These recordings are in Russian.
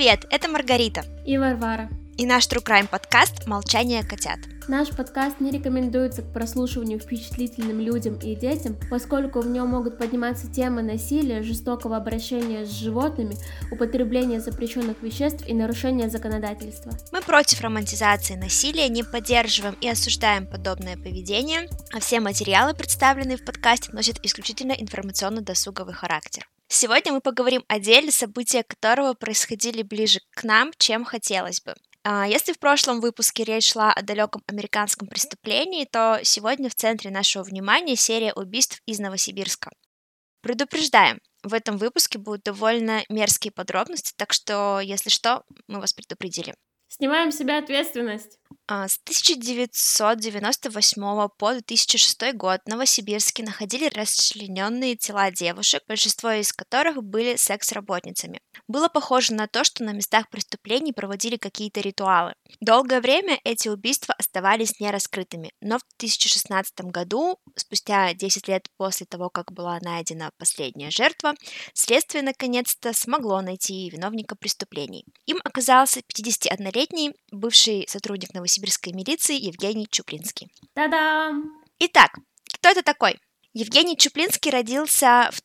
Привет, это Маргарита и Варвара. И наш True Crime подкаст «Молчание котят». Наш подкаст не рекомендуется к прослушиванию впечатлительным людям и детям, поскольку в нем могут подниматься темы насилия, жестокого обращения с животными, употребления запрещенных веществ и нарушения законодательства. Мы против романтизации насилия, не поддерживаем и осуждаем подобное поведение, а все материалы, представленные в подкасте, носят исключительно информационно-досуговый характер. Сегодня мы поговорим о деле, события которого происходили ближе к нам, чем хотелось бы. Если в прошлом выпуске речь шла о далеком американском преступлении, то сегодня в центре нашего внимания серия убийств из Новосибирска. Предупреждаем, в этом выпуске будут довольно мерзкие подробности, так что, если что, мы вас предупредили. Снимаем с себя ответственность. С 1998 по 2006 год в Новосибирске находили расчлененные тела девушек, большинство из которых были секс-работницами. Было похоже на то, что на местах преступлений проводили какие-то ритуалы. Долгое время эти убийства оставались нераскрытыми, но в 2016 году, спустя 10 лет после того, как была найдена последняя жертва, следствие наконец-то смогло найти виновника преступлений. Им оказался 51-летний бывший сотрудник новосибирской милиции Евгений Чуплинский. Та-дам! Итак, кто это такой? Евгений Чуплинский родился в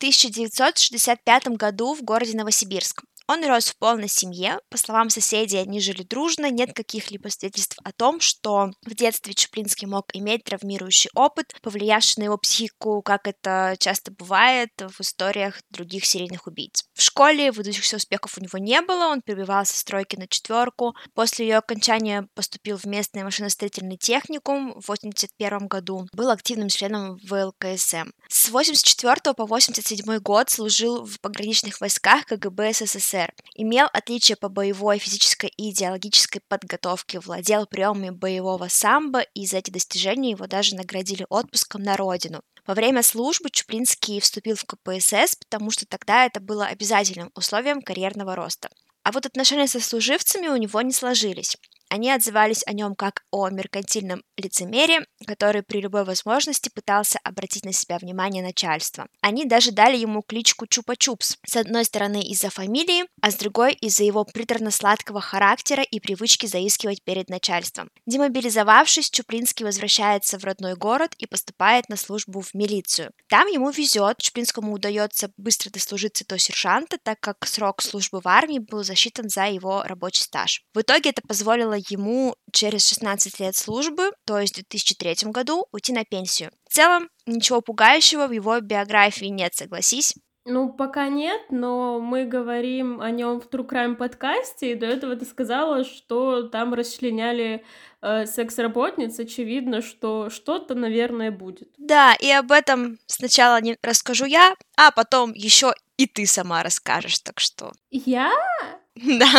1965 году в городе Новосибирск. Он рос в полной семье, по словам соседей, они жили дружно, нет каких-либо свидетельств о том, что в детстве Чуплинский мог иметь травмирующий опыт, повлиявший на его психику, как это часто бывает в историях других серийных убийц. В школе выдающихся успехов у него не было, он перебивался с тройки на четверку. После ее окончания поступил в местный машиностроительный техникум в 1981 году, был активным членом ВЛКСМ. С 1984 по 1987 год служил в пограничных войсках КГБ СССР. Имел отличия по боевой, физической и идеологической подготовке, владел приемами боевого самбо, и за эти достижения его даже наградили отпуском на родину. Во время службы Чуплинский вступил в КПСС, потому что тогда это было обязательным условием карьерного роста. А вот отношения со служивцами у него не сложились. Они отзывались о нем как о меркантильном лицемере, который при любой возможности пытался обратить на себя внимание начальства. Они даже дали ему кличку Чупа-Чупс, с одной стороны из-за фамилии, а с другой из-за его приторно-сладкого характера и привычки заискивать перед начальством. Демобилизовавшись, Чуплинский возвращается в родной город и поступает на службу в милицию. Там ему везет, Чуплинскому удается быстро дослужиться до сержанта, так как срок службы в армии был засчитан за его рабочий стаж. В итоге это позволило ему через 16 лет службы, то есть в 2003 году, уйти на пенсию. В целом, ничего пугающего в его биографии нет, согласись? Ну, пока нет, но мы говорим о нем в True Crime подкасте, и до этого ты сказала, что там расчленяли секс-работниц. Очевидно, что что-то, наверное, будет. Да, и об этом сначала не расскажу я, а потом еще и ты сама расскажешь, так что... Я? Да.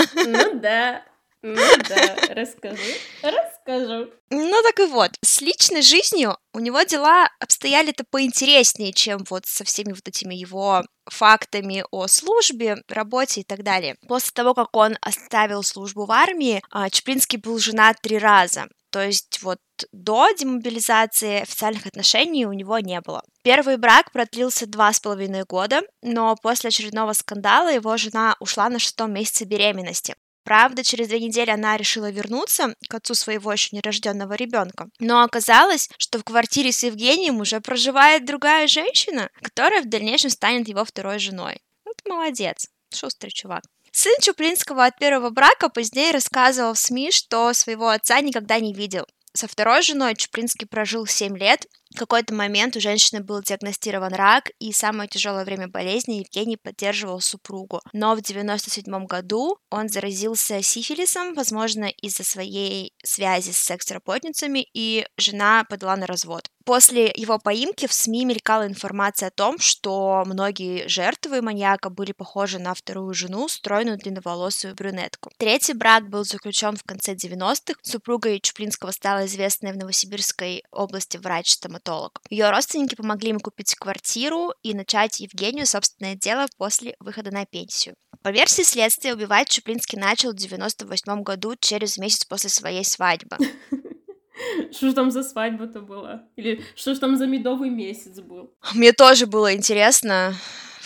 Ну да, расскажу. Ну так и вот, с личной жизнью у него дела обстояли-то поинтереснее, чем вот со всеми вот этими его фактами о службе, работе и так далее. После того, как он оставил службу в армии, Чуплинский был женат 3 раза. То есть вот до демобилизации официальных отношений у него не было. Первый брак продлился 2,5 года, но после очередного скандала его жена ушла на 6-м месяце беременности. Правда, через 2 недели она решила вернуться к отцу своего еще нерожденного ребенка. Но оказалось, что в квартире с Евгением уже проживает другая женщина, которая в дальнейшем станет его второй женой. Вот молодец, шустрый чувак. Сын Чуплинского от первого брака позднее рассказывал в СМИ, что своего отца никогда не видел. Со второй женой Чуплинский прожил 7 лет. В какой-то момент у женщины был диагностирован рак, и самое тяжелое время болезни Евгений поддерживал супругу. Но в 1997 году он заразился сифилисом, возможно, из-за своей связи с секс-работницами, и жена подала на развод. После его поимки в СМИ мелькала информация о том, что многие жертвы маньяка были похожи на вторую жену, стройную длинноволосую брюнетку. Третий брак был заключен в конце 90-х. Супругой Чуплинского стала известная в Новосибирской области врач-стоматолог. Ее родственники помогли ему купить квартиру и начать Евгению собственное дело после выхода на пенсию. По версии следствия, убивать Чуплинский начал в 1998 году, через месяц после своей свадьбы. Что ж там за свадьба-то была? Или что ж там за медовый месяц был? Мне тоже было интересно,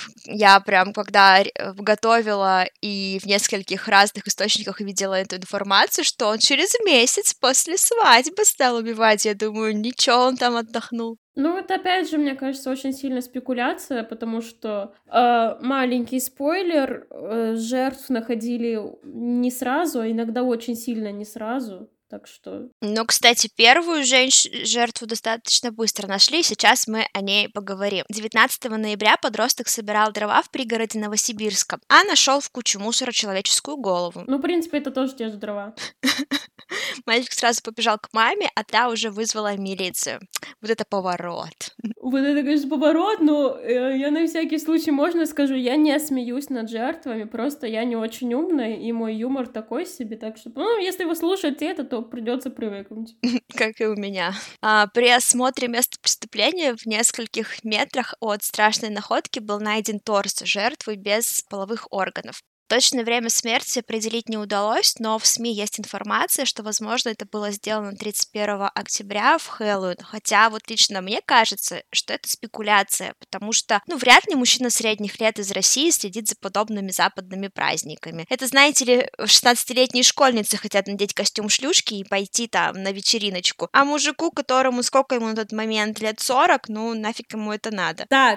Я прям, когда готовила и в нескольких разных источниках видела эту информацию, что он через месяц после свадьбы стал убивать, я думаю, ничего, он там отдохнул. Ну, это опять же, мне кажется, очень сильно спекуляция, потому что маленький спойлер, жертв находили не сразу, а иногда очень сильно не сразу. Так что... Ну, кстати, первую жертву достаточно быстро нашли, сейчас мы о ней поговорим. 19 ноября подросток собирал дрова в пригороде Новосибирска, а нашел в кучу мусора человеческую голову. Ну, в принципе, это тоже те же дрова. Мальчик сразу побежал к маме, а та уже вызвала милицию. Вот это поворот. Вот это, конечно, поворот, но я на всякий случай, можно скажу, я не смеюсь над жертвами, просто я не очень умная, и мой юмор такой себе, так что, ну, если вы слушаете это, то придется привыкнуть. Как и у меня. При осмотре места преступления в нескольких метрах от страшной находки был найден торс жертвы без половых органов. Точное время смерти определить не удалось, но в СМИ есть информация, что, возможно, это было сделано 31 октября в Хэллоуин, хотя вот лично мне кажется, что это спекуляция, потому что, вряд ли мужчина средних лет из России следит за подобными западными праздниками. Это, знаете ли, 16-летние школьницы хотят надеть костюм шлюшки и пойти там на вечериночку, а мужику, которому, сколько ему на тот момент, лет 40, нафиг ему это надо. Так,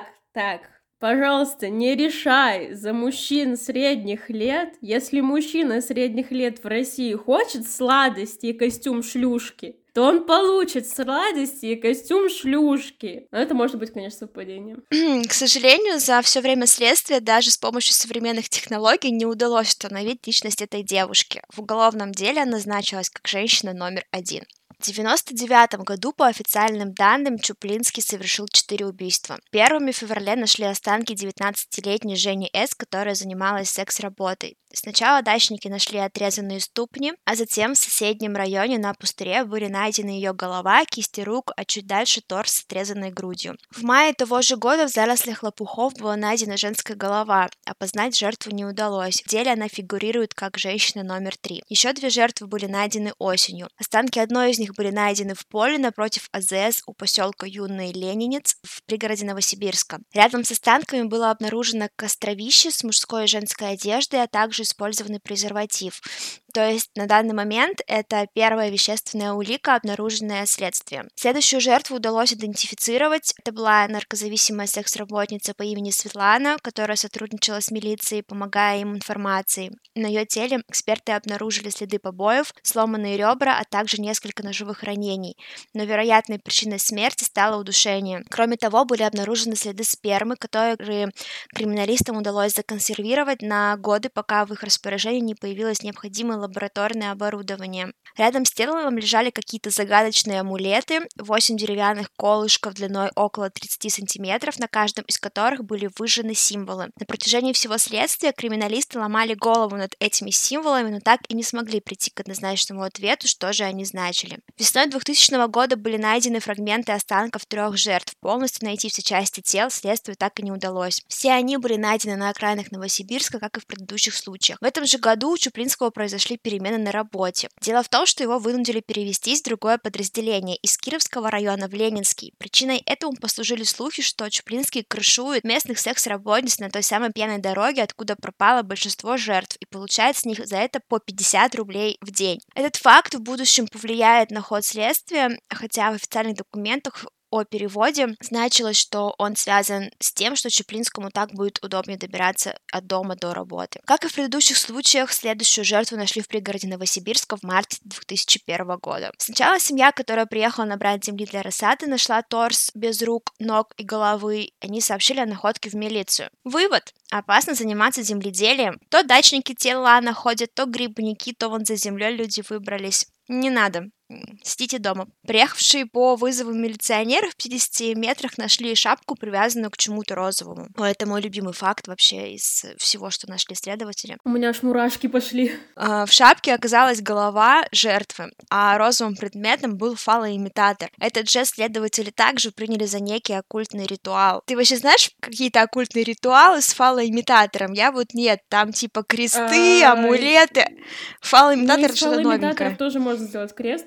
пожалуйста, не решай за мужчин средних лет. Если мужчина средних лет в России хочет сладости и костюм шлюшки, то он получит сладости и костюм шлюшки. Но это может быть, конечно, совпадением. К сожалению, за все время следствия даже с помощью современных технологий не удалось установить личность этой девушки. В уголовном деле она значилась как женщина номер 1. В 1999 году, по официальным данным, Чуплинский совершил 4 убийства. 1 февраля нашли останки 19-летней Жени С., которая занималась секс-работой. Сначала дачники нашли отрезанные ступни, а затем в соседнем районе на пустыре были найдены ее голова, кисти рук, а чуть дальше торс с отрезанной грудью. В мае того же года в зарослях лопухов была найдена женская голова. Опознать жертву не удалось. В деле она фигурирует как женщина номер 3. Еще 2 жертвы были найдены осенью. Останки одной из них были найдены в поле напротив АЗС у поселка Юный Ленинец в пригороде Новосибирска. Рядом с останками было обнаружено костровище с мужской и женской одеждой, а также использованный презерватив. То есть на данный момент это первая вещественная улика, обнаруженная следствием. Следующую жертву удалось идентифицировать. Это была наркозависимая секс-работница по имени Светлана, которая сотрудничала с милицией, помогая им информацией. На ее теле эксперты обнаружили следы побоев, сломанные ребра, а также несколько ножевых ранений. Но вероятной причиной смерти стало удушение. Кроме того, были обнаружены следы спермы, которые криминалистам удалось законсервировать на годы, пока в их распоряжении не появилось необходимое лабораторное оборудование. Рядом с телом лежали какие-то загадочные амулеты, 8 деревянных колышков длиной около 30 сантиметров, на каждом из которых были выжжены символы. На протяжении всего следствия криминалисты ломали голову над этими символами, но так и не смогли прийти к однозначному ответу, что же они значили. Весной 2000 года были найдены фрагменты останков 3 жертв. Полностью найти все части тел следствию так и не удалось. Все они были найдены на окраинах Новосибирска, как и в предыдущих случаях. В этом же году у Чуплинского произошли перемены на работе. Дело в том, что его вынудили перевестись в другое подразделение из Кировского района в Ленинский. Причиной этому послужили слухи, что Чуплинский крышует местных секс-работниц на той самой пьяной дороге, откуда пропало большинство жертв, и получает с них за это по 50 рублей в день. Этот факт в будущем повлияет на ход следствия, хотя в официальных документах о переводе значилось, что он связан с тем, что Чуплинскому так будет удобнее добираться от дома до работы. Как и в предыдущих случаях, следующую жертву нашли в пригороде Новосибирска в марте 2001 года. Сначала семья, которая приехала набрать земли для рассады, нашла торс без рук, ног и головы. Они сообщили о находке в милицию. Вывод: опасно заниматься земледелием. То дачники тела находят, то грибники, то вон за землей люди выбрались. Не надо. Сидите дома. Приехавшие по вызову милиционеры в 50 метрах нашли шапку, привязанную к чему-то розовому. Это мой любимый факт вообще из всего, что нашли следователи. У меня аж мурашки пошли. В шапке оказалась голова жертвы, а розовым предметом был фалоимитатор. Этот жест следователи также приняли за некий оккультный ритуал. Ты вообще знаешь какие-то оккультные ритуалы с фалоимитатором? Я вот нет. Там типа кресты, амулеты. Фалоимитатор что-то новенькое. Тоже можно сделать крест,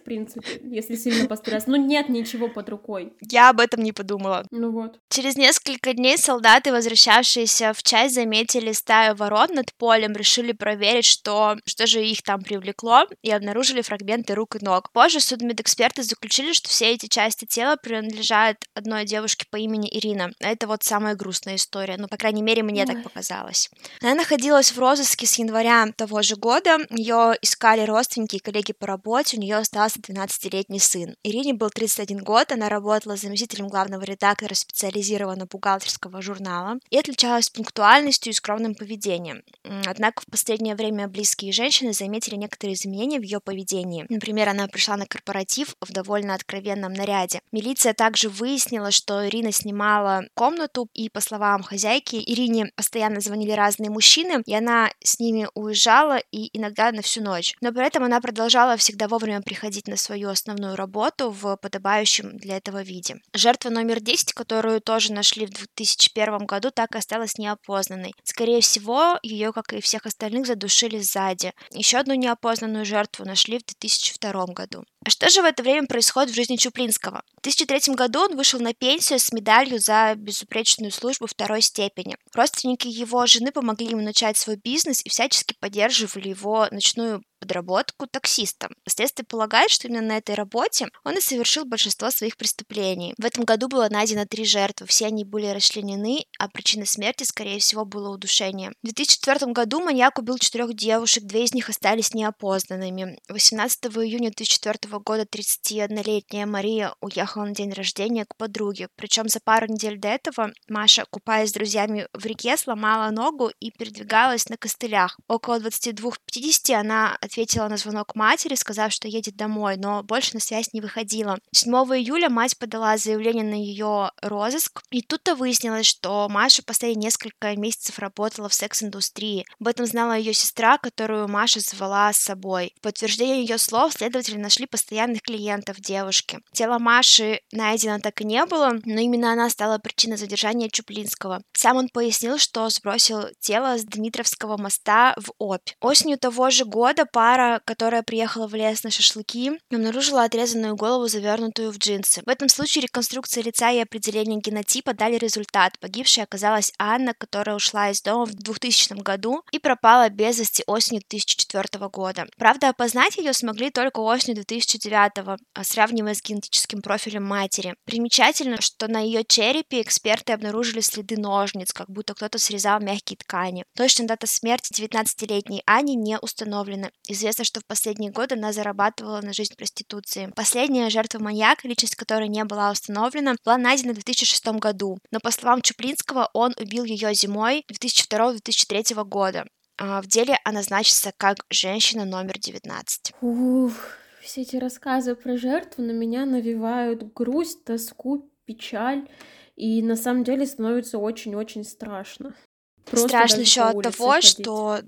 принципе, если сильно постараться. Ну, нет ничего под рукой. Я об этом не подумала. Ну вот. Через несколько дней солдаты, возвращавшиеся в часть, заметили стаю ворон над полем, решили проверить, что же их там привлекло, и обнаружили фрагменты рук и ног. Позже судмедэксперты заключили, что все эти части тела принадлежат одной девушке по имени Ирина. Это вот самая грустная история, ну, по крайней мере, мне так показалось. Она находилась в розыске с января того же года, ее искали родственники и коллеги по работе, у нее остался 12-летний сын. Ирине был 31 год, она работала заместителем главного редактора специализированного бухгалтерского журнала и отличалась пунктуальностью и скромным поведением. Однако в последнее время близкие женщины заметили некоторые изменения в ее поведении. Например, она пришла на корпоратив в довольно откровенном наряде. Милиция также выяснила, что Ирина снимала комнату, и, по словам хозяйки, Ирине постоянно звонили разные мужчины, и она с ними уезжала, и иногда на всю ночь. Но при этом она продолжала всегда вовремя приходить на свою основную работу в подобающем для этого виде. Жертва номер 10, которую тоже нашли в 2001 году, так и осталась неопознанной. Скорее всего, ее, как и всех остальных, задушили сзади. Еще одну неопознанную жертву нашли в 2002 году. А что же в это время происходит в жизни Чуплинского? В 2003 году он вышел на пенсию с медалью за безупречную службу второй степени. Родственники его жены помогли ему начать свой бизнес и всячески поддерживали его ночную подработку таксистом. Следствие полагает, что именно на этой работе он и совершил большинство своих преступлений. В этом году было найдено 3 жертвы, все они были расчленены, а причиной смерти, скорее всего, было удушение. В 2004 году маньяк убил 4 девушек, 2 из них остались неопознанными. 18 июня 2004 года 31-летняя Мария уехала на день рождения к подруге, причем за пару недель до этого Маша, купаясь с друзьями в реке, сломала ногу и передвигалась на костылях. Около 22:50 она ответила на звонок матери, сказав, что едет домой, но больше на связь не выходила. 7 июля мать подала заявление на ее розыск, и тут-то выяснилось, что Маша последние несколько месяцев работала в секс-индустрии. Об этом знала ее сестра, которую Маша звала с собой. В подтверждение ее слов следователи нашли постоянных клиентов девушки. Тело Маши найдено так и не было, но именно она стала причиной задержания Чуплинского. Сам он пояснил, что сбросил тело с Дмитровского моста в Обь. Осенью того же года пара, которая приехала в лес на шашлыки, обнаружила отрезанную голову, завернутую в джинсы. В этом случае реконструкция лица и определение генотипа дали результат. Погибшей оказалась Анна, которая ушла из дома в 2000 году и пропала без вести осенью 2004 года. Правда, опознать ее смогли только осенью 2009, сравнивая с генетическим профилем матери. Примечательно, что на ее черепе эксперты обнаружили следы ножниц, как будто кто-то срезал мягкие ткани. Точная дата смерти 19-летней Ани не установлена. Известно, что в последние годы она зарабатывала на жизнь проституцией. Последняя жертва маньяка, личность которой не была установлена, была найдена в 2006 году. Но, по словам Чуплинского, он убил ее зимой 2002-2003 года. В деле она значится как женщина номер 19. Все эти рассказы про жертву на меня навевают грусть, тоску, печаль, и на самом деле становится очень-очень страшно. Просто страшно еще от того, ходить. что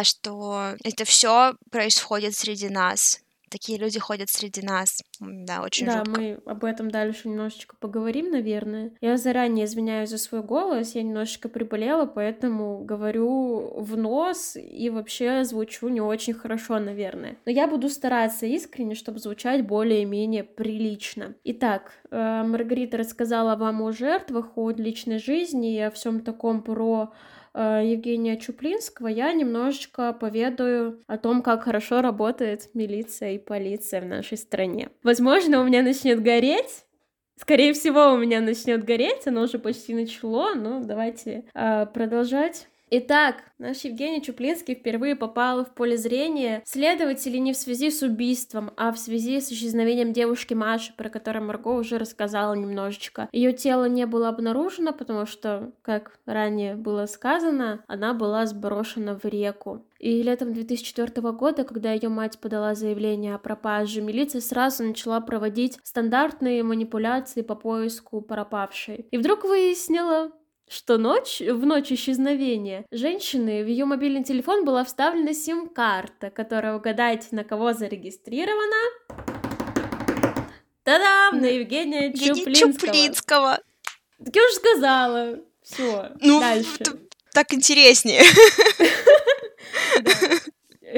это все происходит среди нас. Такие люди ходят среди нас. Да, очень жутко. Да, мы об этом дальше немножечко поговорим, наверное. Я заранее извиняюсь за свой голос, я немножечко приболела, поэтому говорю в нос и вообще звучу не очень хорошо, наверное. Но я буду стараться искренне, чтобы звучать более-менее прилично. Итак, Маргарита рассказала вам о жертвах, о личной жизни и о всем таком про Евгения Чуплинского. Я немножечко поведаю о том, как хорошо работает милиция и полиция в нашей стране. Возможно, у меня начнет гореть. Скорее всего, у меня начнет гореть. Оно уже почти начало, но давайте продолжать. Итак, наш Евгений Чуплинский впервые попал в поле зрения следователей не в связи с убийством, а в связи с исчезновением девушки Маши, про которую Марго уже рассказала немножечко. Ее тело не было обнаружено, потому что, как ранее было сказано, она была сброшена в реку. И летом 2004 года, когда ее мать подала заявление о пропаже, милиция сразу начала проводить стандартные манипуляции по поиску пропавшей. И вдруг выяснила, что в ночь исчезновения женщины в ее мобильный телефон была вставлена сим-карта, которая, угадайте, на кого зарегистрирована? Та-дам! На Евгения Чуплинского. Так я уже сказала. Все, дальше. Так интереснее.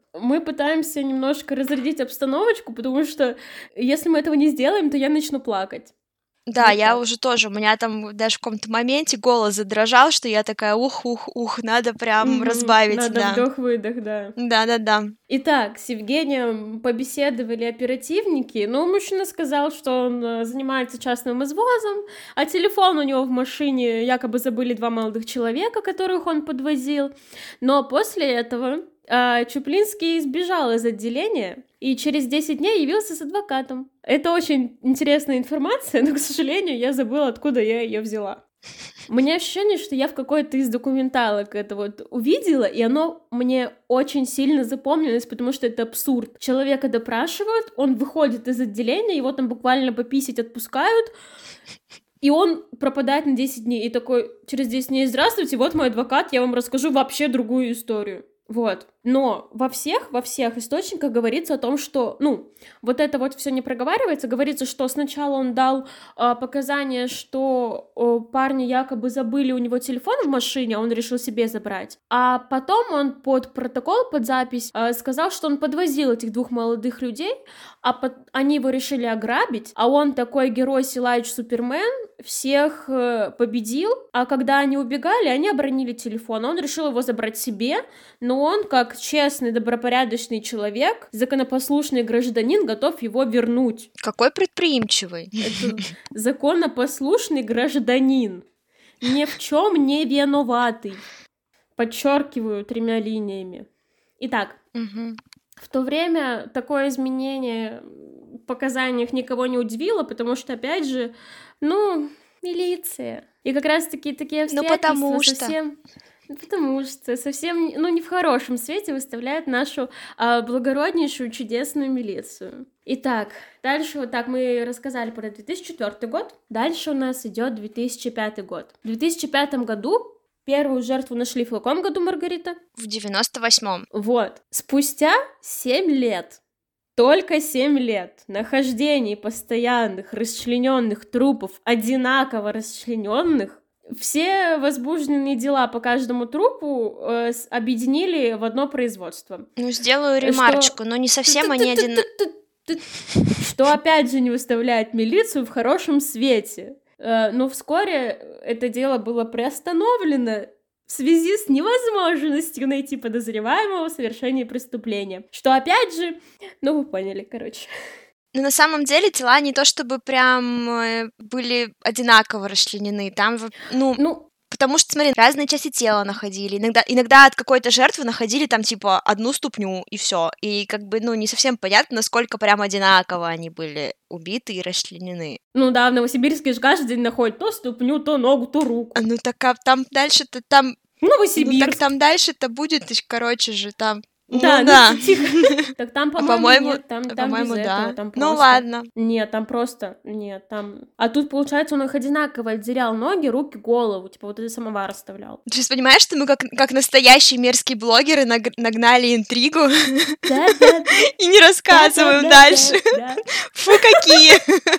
мы пытаемся немножко разрядить обстановочку, потому что если мы этого не сделаем, то я начну плакать. Да, Вот я так. уже тоже, у меня там даже в каком-то моменте голос задрожал, что я такая ух, надо прям разбавить, Надо да. вдох-выдох, да. Да. Итак, с Евгением побеседовали оперативники, но мужчина сказал, что он занимается частным извозом, а телефон у него в машине якобы забыли 2 молодых человека, которых он подвозил. Но после этого Чуплинский сбежал из отделения и через 10 дней явился с адвокатом. Это очень интересная информация, но, к сожалению, я забыла, откуда я ее взяла. У меня ощущение, что я в какой-то из документалок это вот увидела, и оно мне очень сильно запомнилось, потому что это абсурд. Человека допрашивают, он выходит из отделения, его там буквально пописать отпускают, и он пропадает на 10 дней, и такой через 10 дней: здравствуйте, вот мой адвокат, я вам расскажу вообще другую историю. Вот. Но во всех источниках говорится о том, что, вот это вот все не проговаривается, говорится, что сначала он дал показания, что парни якобы забыли у него телефон в машине, а он решил себе забрать, а потом он под протокол, под запись сказал, что он подвозил этих 2 молодых людей, они его решили ограбить, а он такой герой, силач, супермен, всех победил, а когда они убегали, они обронили телефон, он решил его забрать себе, но он, как честный, добропорядочный человек, законопослушный гражданин, готов его вернуть. Какой предприимчивый. Это законопослушный гражданин, ни в чем не виноватый. Подчеркиваю 3 линиями. Итак, в то время такое изменение в показаниях никого не удивило, потому что, опять же, милиция. И как раз-таки такие обстоятельства потому что совсем, не в хорошем свете выставляют нашу благороднейшую, чудесную милицию. Итак, дальше вот так мы рассказали про 2004 год. Дальше у нас идет 2005 год. В 2005 году первую жертву нашли в каком году, Маргарита? В 98-м. Вот. Спустя 7 лет. Только 7 лет нахождений постоянных расчлененных трупов, одинаково расчлененных, все возбужденные дела по каждому трупу объединили в одно производство. Сделаю ремарочку, но не совсем они Что опять же не выставляет милицию в хорошем свете. Но вскоре это дело было приостановлено в связи с невозможностью найти подозреваемого в совершении преступления. Что опять же, вы поняли, короче. Но на самом деле тела не то чтобы прям были одинаково расчленены, там, потому что, смотри, разные части тела находили, иногда от какой-то жертвы находили там, типа, 1 ступню, и все, и как бы, не совсем понятно, насколько прям одинаково они были убиты и расчленены. Да, в Новосибирске же каждый день находят то ступню, то ногу, то руку. Там дальше-то там... Новосибирск. Так там дальше-то будет, короче же, там... Да. Тихо. Так там, по-моему, нет, там по-моему, без да. этого, там просто... Ладно. Нет, там... А тут, получается, он их одинаково отделял ноги, руки, голову, типа вот это самовар оставлял. Ты сейчас понимаешь, что мы как настоящие мерзкие блогеры нагнали интригу? Да. И не рассказываем дальше. Фу, какие!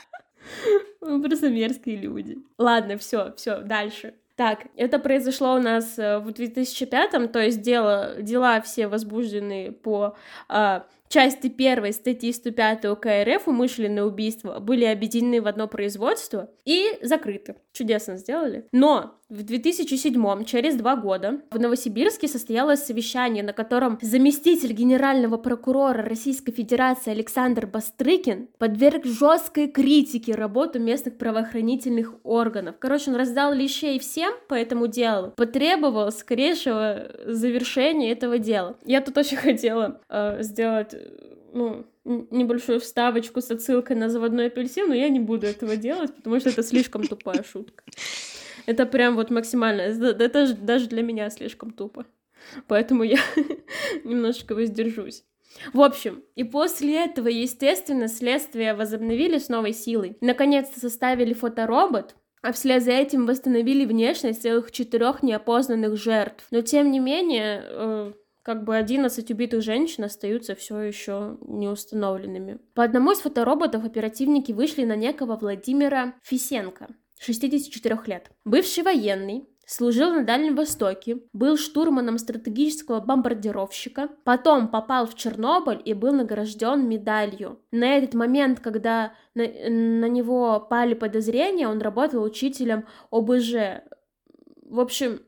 Мы просто мерзкие люди. Ладно, все, дальше. Так, это произошло у нас в 2005-м, то есть дела все возбуждены по части 1 статьи 105 УК РФ «Умышленное убийство» были объединены в одно производство и закрыты. Чудесно сделали. Но в 2007-м, через 2 года, в Новосибирске состоялось совещание, на котором заместитель генерального прокурора Российской Федерации Александр Бастрыкин подверг жесткой критике работу местных правоохранительных органов. Короче, он раздал лещей всем по этому делу, потребовал скорейшего завершения этого дела. Я тут очень хотела сделать небольшую вставочку с отсылкой на заводной апельсин, но я не буду этого делать, потому что это слишком тупая шутка. Это прям вот максимально, это даже для меня слишком тупо, поэтому я немножечко воздержусь. В общем, и после этого, естественно, следствие возобновили с новой силой. Наконец-то составили фоторобот, а вслед за этим восстановили внешность целых 4 неопознанных жертв. Но тем не менее... 11 убитых женщин остаются все еще неустановленными. По одному из фотороботов оперативники вышли на некого Владимира Фисенко, 64 лет. Бывший военный, служил на Дальнем Востоке, был штурманом стратегического бомбардировщика, потом попал в Чернобыль и был награжден медалью. На этот момент, когда на него пали подозрения, он работал учителем ОБЖ. В общем,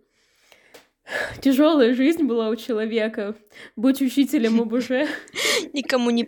тяжелая жизнь была у человека. Быть учителем ОБЖ. Никому не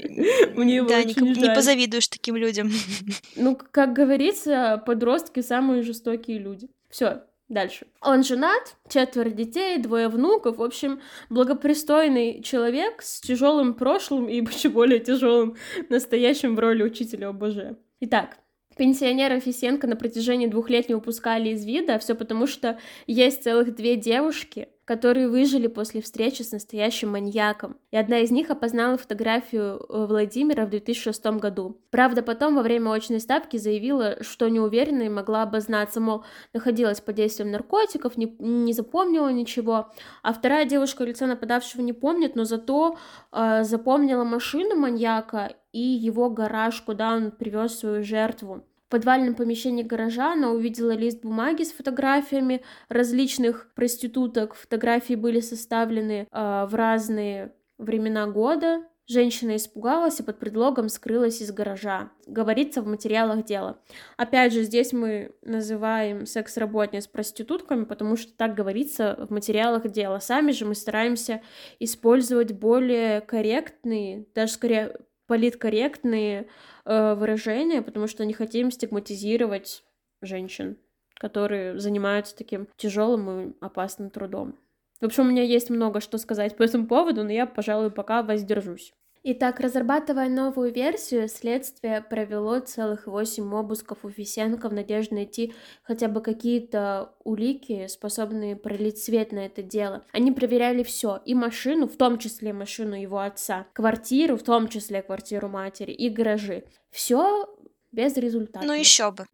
позавидуешь таким людям. Ну, как говорится, подростки самые жестокие люди. Все, дальше. Он женат, 4 детей, 2 внуков. В общем, благопристойный человек с тяжелым прошлым и еще более тяжелым настоящим в роли учителя ОБЖ. Итак, пенсионера Фисенко на протяжении 2 лет не упускали из вида, все потому что есть целых 2 девушки, которые выжили после встречи с настоящим маньяком. И одна из них опознала фотографию Владимира в 2006 году. Правда, потом во время очной ставки заявила, что не уверена и могла обознаться, мол, находилась под действием наркотиков, не запомнила ничего. А вторая девушка лица нападавшего не помнит, но зато запомнила машину маньяка и его гараж, куда он привез свою жертву. В подвальном помещении гаража она увидела лист бумаги с фотографиями различных проституток. Фотографии были составлены в разные времена года. Женщина испугалась и под предлогом скрылась из гаража. Говорится в материалах дела. Опять же, здесь мы называем секс-работниц проститутками, потому что так говорится в материалах дела. Сами же мы стараемся использовать более корректные, даже скорее политкорректные выражения, потому что не хотим стигматизировать женщин, которые занимаются таким тяжелым и опасным трудом. В общем, у меня есть много что сказать по этому поводу, но я, пожалуй, пока воздержусь. Итак, разрабатывая новую версию, следствие провело целых 8 обысков у Фисенко в надежде найти хотя бы какие-то улики, способные пролить свет на это дело. Они проверяли все, и машину, в том числе машину его отца, квартиру, в том числе квартиру матери, и гаражи. Все без результата. Ну еще бы.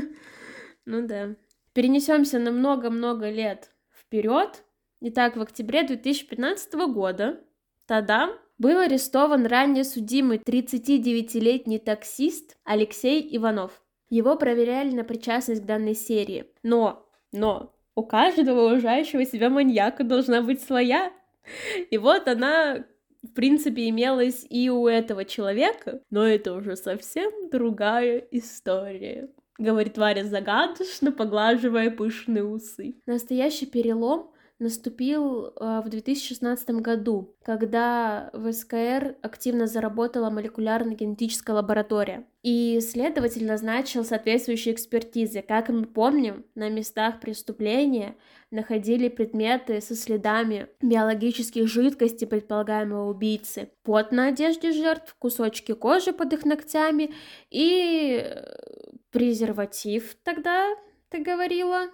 Ну да. Перенесемся на много-много лет вперед. Итак, в октябре 2015 года тадам, был арестован ранее судимый 39-летний таксист Алексей Иванов. Его проверяли на причастность к данной серии. Но у каждого уважающего себя маньяка должна быть своя. И вот она, в принципе, имелась и у этого человека, но это уже совсем другая история, говорит Варя загадочно, поглаживая пышные усы. Настоящий перелом наступил в 2016 году, когда в СКР активно заработала молекулярно-генетическая лаборатория. И следователь назначил соответствующие экспертизы. Как мы помним, на местах преступления находили предметы со следами биологических жидкостей предполагаемого убийцы. Пот на одежде жертв, кусочки кожи под их ногтями и презерватив тогда, ты говорила,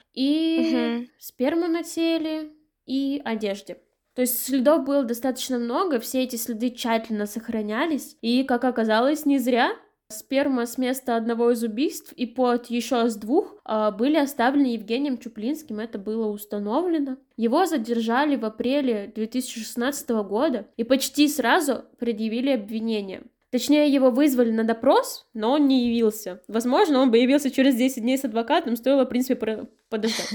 и сперму на теле, и одежде. То есть следов было достаточно много, все эти следы тщательно сохранялись, и, как оказалось, не зря. Сперма с места одного из убийств и пот еще с 2 были оставлены Евгением Чуплинским, это было установлено. Его задержали в апреле 2016 года и почти сразу предъявили обвинение. Точнее, его вызвали на допрос, но он не явился. Возможно, он бы явился через 10 дней с адвокатом, стоило, в принципе, подождать.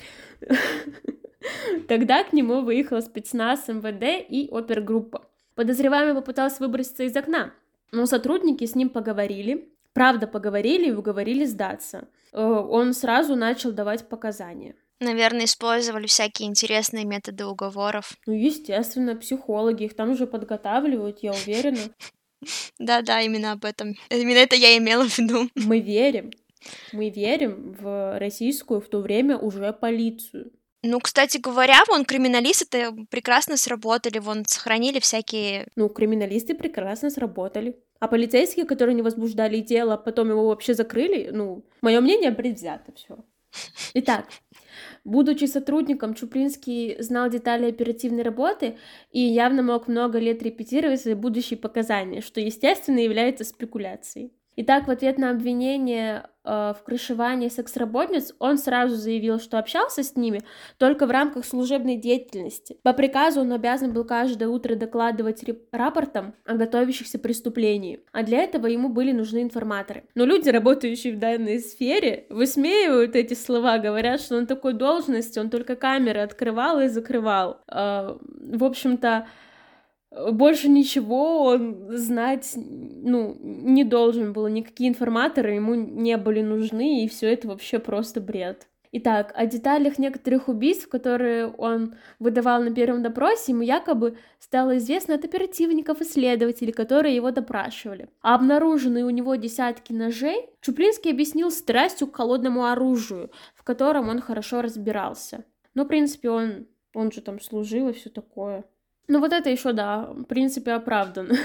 Тогда к нему выехал спецназ МВД и опергруппа. Подозреваемый попытался выброситься из окна, но сотрудники с ним поговорили, правда поговорили и уговорили сдаться. Он сразу начал давать показания. Наверное, использовали всякие интересные методы уговоров. Ну, естественно, психологи их там уже подготавливают, я уверена. Да, именно об этом. Именно это я имела в виду. Мы верим в российскую в то время уже полицию. Ну, кстати говоря, криминалисты-то прекрасно сработали, сохранили всякие... Ну, криминалисты прекрасно сработали. А полицейские, которые не возбуждали дело, а потом его вообще закрыли, мое мнение предвзято все. Итак, будучи сотрудником, Чуплинский знал детали оперативной работы и явно мог много лет репетировать свои будущие показания, что, естественно, является спекуляцией. Итак, в ответ на обвинение в крышевание секс-работниц, он сразу заявил, что общался с ними только в рамках служебной деятельности. По приказу он обязан был каждое утро докладывать рапортом о готовящихся преступлениях, а для этого ему были нужны информаторы. Но люди, работающие в данной сфере, высмеивают эти слова, говорят, что он такой должности, он только камеры открывал и закрывал. В общем-то, больше ничего он знать, не должен был. Никакие информаторы ему не были нужны, и все это вообще просто бред. Итак, о деталях некоторых убийств, которые он выдавал на первом допросе, ему якобы стало известно от оперативников и следователей, которые его допрашивали. А обнаруженные у него десятки ножей Чуплинский объяснил страстью к холодному оружию, в котором он хорошо разбирался. Но, в принципе, он же там служил и все такое. Вот это еще, да, в принципе, оправдано.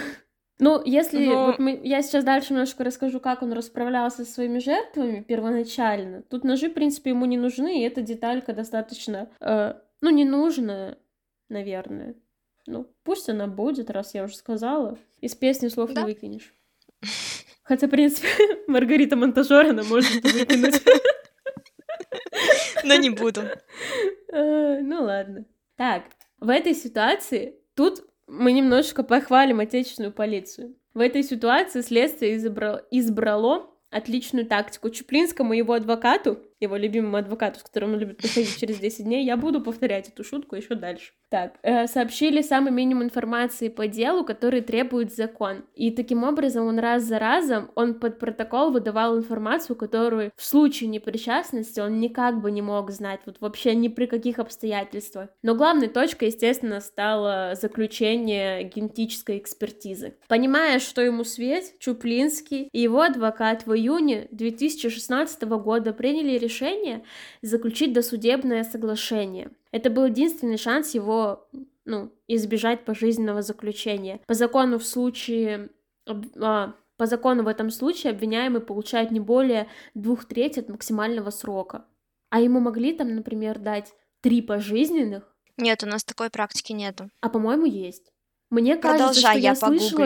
Я сейчас дальше немножко расскажу, как он расправлялся со своими жертвами первоначально. Тут ножи, в принципе, ему не нужны, и эта деталька достаточно, ненужная, наверное. Пусть она будет, раз я уже сказала. Из песни слов не выкинешь. Хотя, в принципе, Маргарита Монтажер, она может выкинуть. Но не буду. Ладно. Так, в этой ситуации, тут мы немножечко похвалим отечественную полицию. В этой ситуации следствие избрало отличную тактику. Чуплинскому и его адвокату, его любимому адвокату, с которым он любит приходить через 10 дней, я буду повторять эту шутку еще дальше. Так, сообщили самый минимум информации по делу, который требует закон. И таким образом он раз за разом, он под протокол выдавал информацию, которую в случае непричастности он никак бы не мог знать, вообще ни при каких обстоятельствах. Но главной точкой, естественно, стало заключение генетической экспертизы. Понимая, что ему светит, Чуплинский и его адвокат в июне 2016 года приняли решение заключить досудебное соглашение. Это был единственный шанс его, избежать пожизненного заключения. По закону в этом случае обвиняемый получает не более 2/3 от максимального срока. А ему могли там, например, дать 3 пожизненных? Нет, у нас такой практики нету. А по-моему, есть. Мне кажется, что я слышала,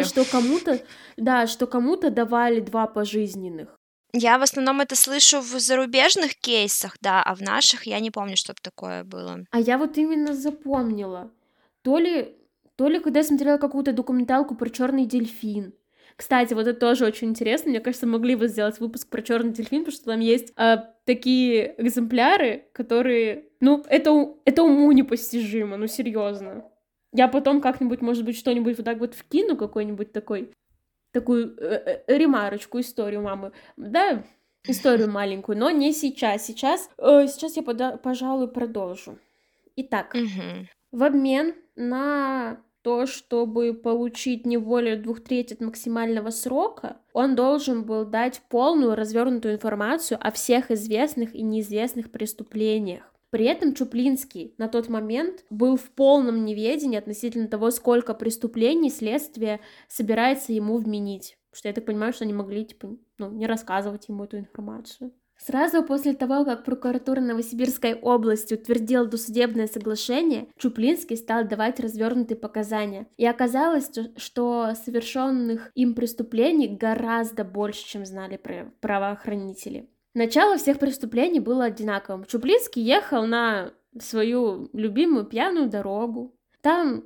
что кому-то давали 2 пожизненных. Я в основном это слышу в зарубежных кейсах, да, а в наших я не помню, чтобы такое было. А я именно запомнила. То ли когда я смотрела какую-то документалку про черный дельфин. Кстати, это тоже очень интересно. Мне кажется, могли бы сделать выпуск про черный дельфин, потому что там есть такие экземпляры, которые... это уму непостижимо, серьезно. Я потом как-нибудь, может быть, что-нибудь вкину, какой-нибудь такую ремарочку, историю мамы. Да, историю маленькую, но не сейчас. Сейчас я, пожалуй, продолжу. Итак, в обмен на то, чтобы получить не более 2/3 от максимального срока, он должен был дать полную развернутую информацию о всех известных и неизвестных преступлениях. При этом Чуплинский на тот момент был в полном неведении относительно того, сколько преступлений следствие собирается ему вменить. Потому что я так понимаю, что они могли, не рассказывать ему эту информацию. Сразу после того, как прокуратура Новосибирской области утвердила досудебное соглашение, Чуплинский стал давать развернутые показания. И оказалось, что совершенных им преступлений гораздо больше, чем знали правоохранители. Начало всех преступлений было одинаковым. Чуплинский ехал на свою любимую пьяную дорогу. Там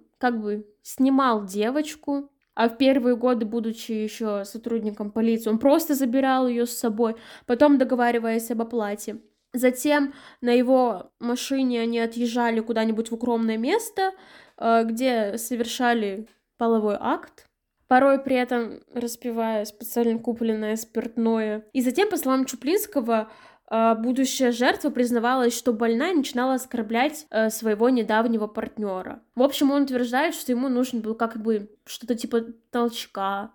снимал девочку, а в первые годы, будучи еще сотрудником полиции, он просто забирал ее с собой, потом договариваясь об оплате. Затем на его машине они отъезжали куда-нибудь в укромное место, где совершали половой акт, порой при этом распивая специально купленное спиртное. И затем, по словам Чуплинского, будущая жертва признавалась, что больная начинала оскорблять своего недавнего партнера. В общем, он утверждает, что ему нужен был что-то типа толчка.